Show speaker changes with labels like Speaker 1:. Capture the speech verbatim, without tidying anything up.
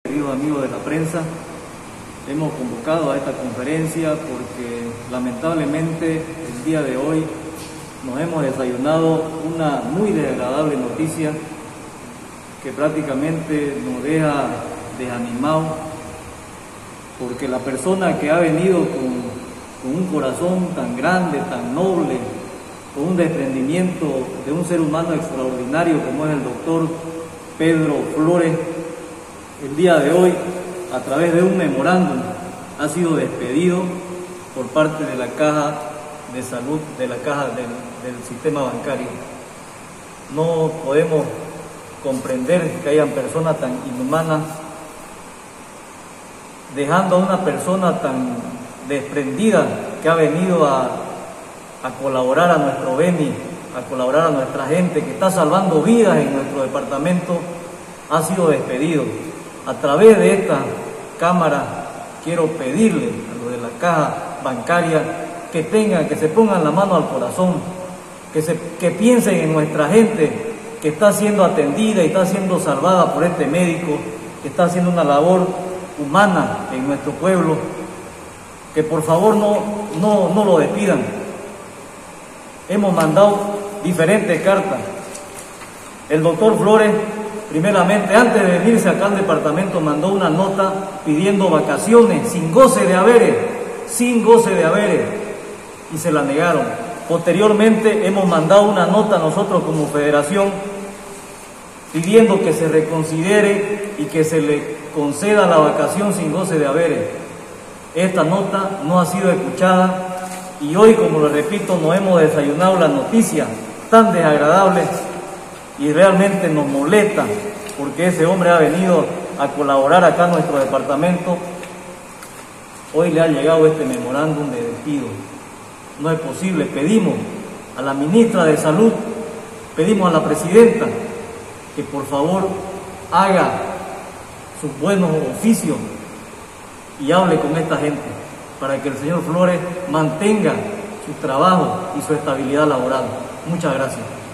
Speaker 1: Queridos amigos de la prensa, hemos convocado a esta conferencia porque lamentablemente el día de hoy nos hemos desayunado una muy desagradable noticia que prácticamente nos deja desanimados, porque la persona que ha venido con, con un corazón tan grande, tan noble, con un desprendimiento de un ser humano extraordinario como es el doctor Pedro Flores, el día de hoy, a través de un memorándum, ha sido despedido por parte de la Caja de Salud, de la Caja del, del Sistema Bancario. No podemos comprender que hayan personas tan inhumanas, dejando a una persona tan desprendida que ha venido a, a colaborar a nuestro Beni, a colaborar a nuestra gente, que está salvando vidas en nuestro departamento, ha sido despedido. A través de esta cámara quiero pedirle a los de la Caja Bancaria que tengan, que se pongan la mano al corazón, que, se, que piensen en nuestra gente que está siendo atendida y está siendo salvada por este médico, que está haciendo una labor humana en nuestro pueblo, que por favor no, no, no lo despidan. Hemos mandado diferentes cartas. El doctor Flores, primeramente, antes de venirse acá al departamento, mandó una nota pidiendo vacaciones sin goce de haberes, sin goce de haberes, y se la negaron. Posteriormente hemos mandado una nota nosotros como federación pidiendo que se reconsidere y que se le conceda la vacación sin goce de haberes. Esta nota no ha sido escuchada y hoy, como lo repito, nos hemos desayunado la noticia tan desagradable y realmente nos molesta, porque ese hombre ha venido a colaborar acá en nuestro departamento. Hoy le ha llegado este memorándum de despido. No es posible. Pedimos a la ministra de Salud, pedimos a la presidenta que por favor haga sus buenos oficios y hable con esta gente para que el señor Flores mantenga su trabajo y su estabilidad laboral. Muchas gracias.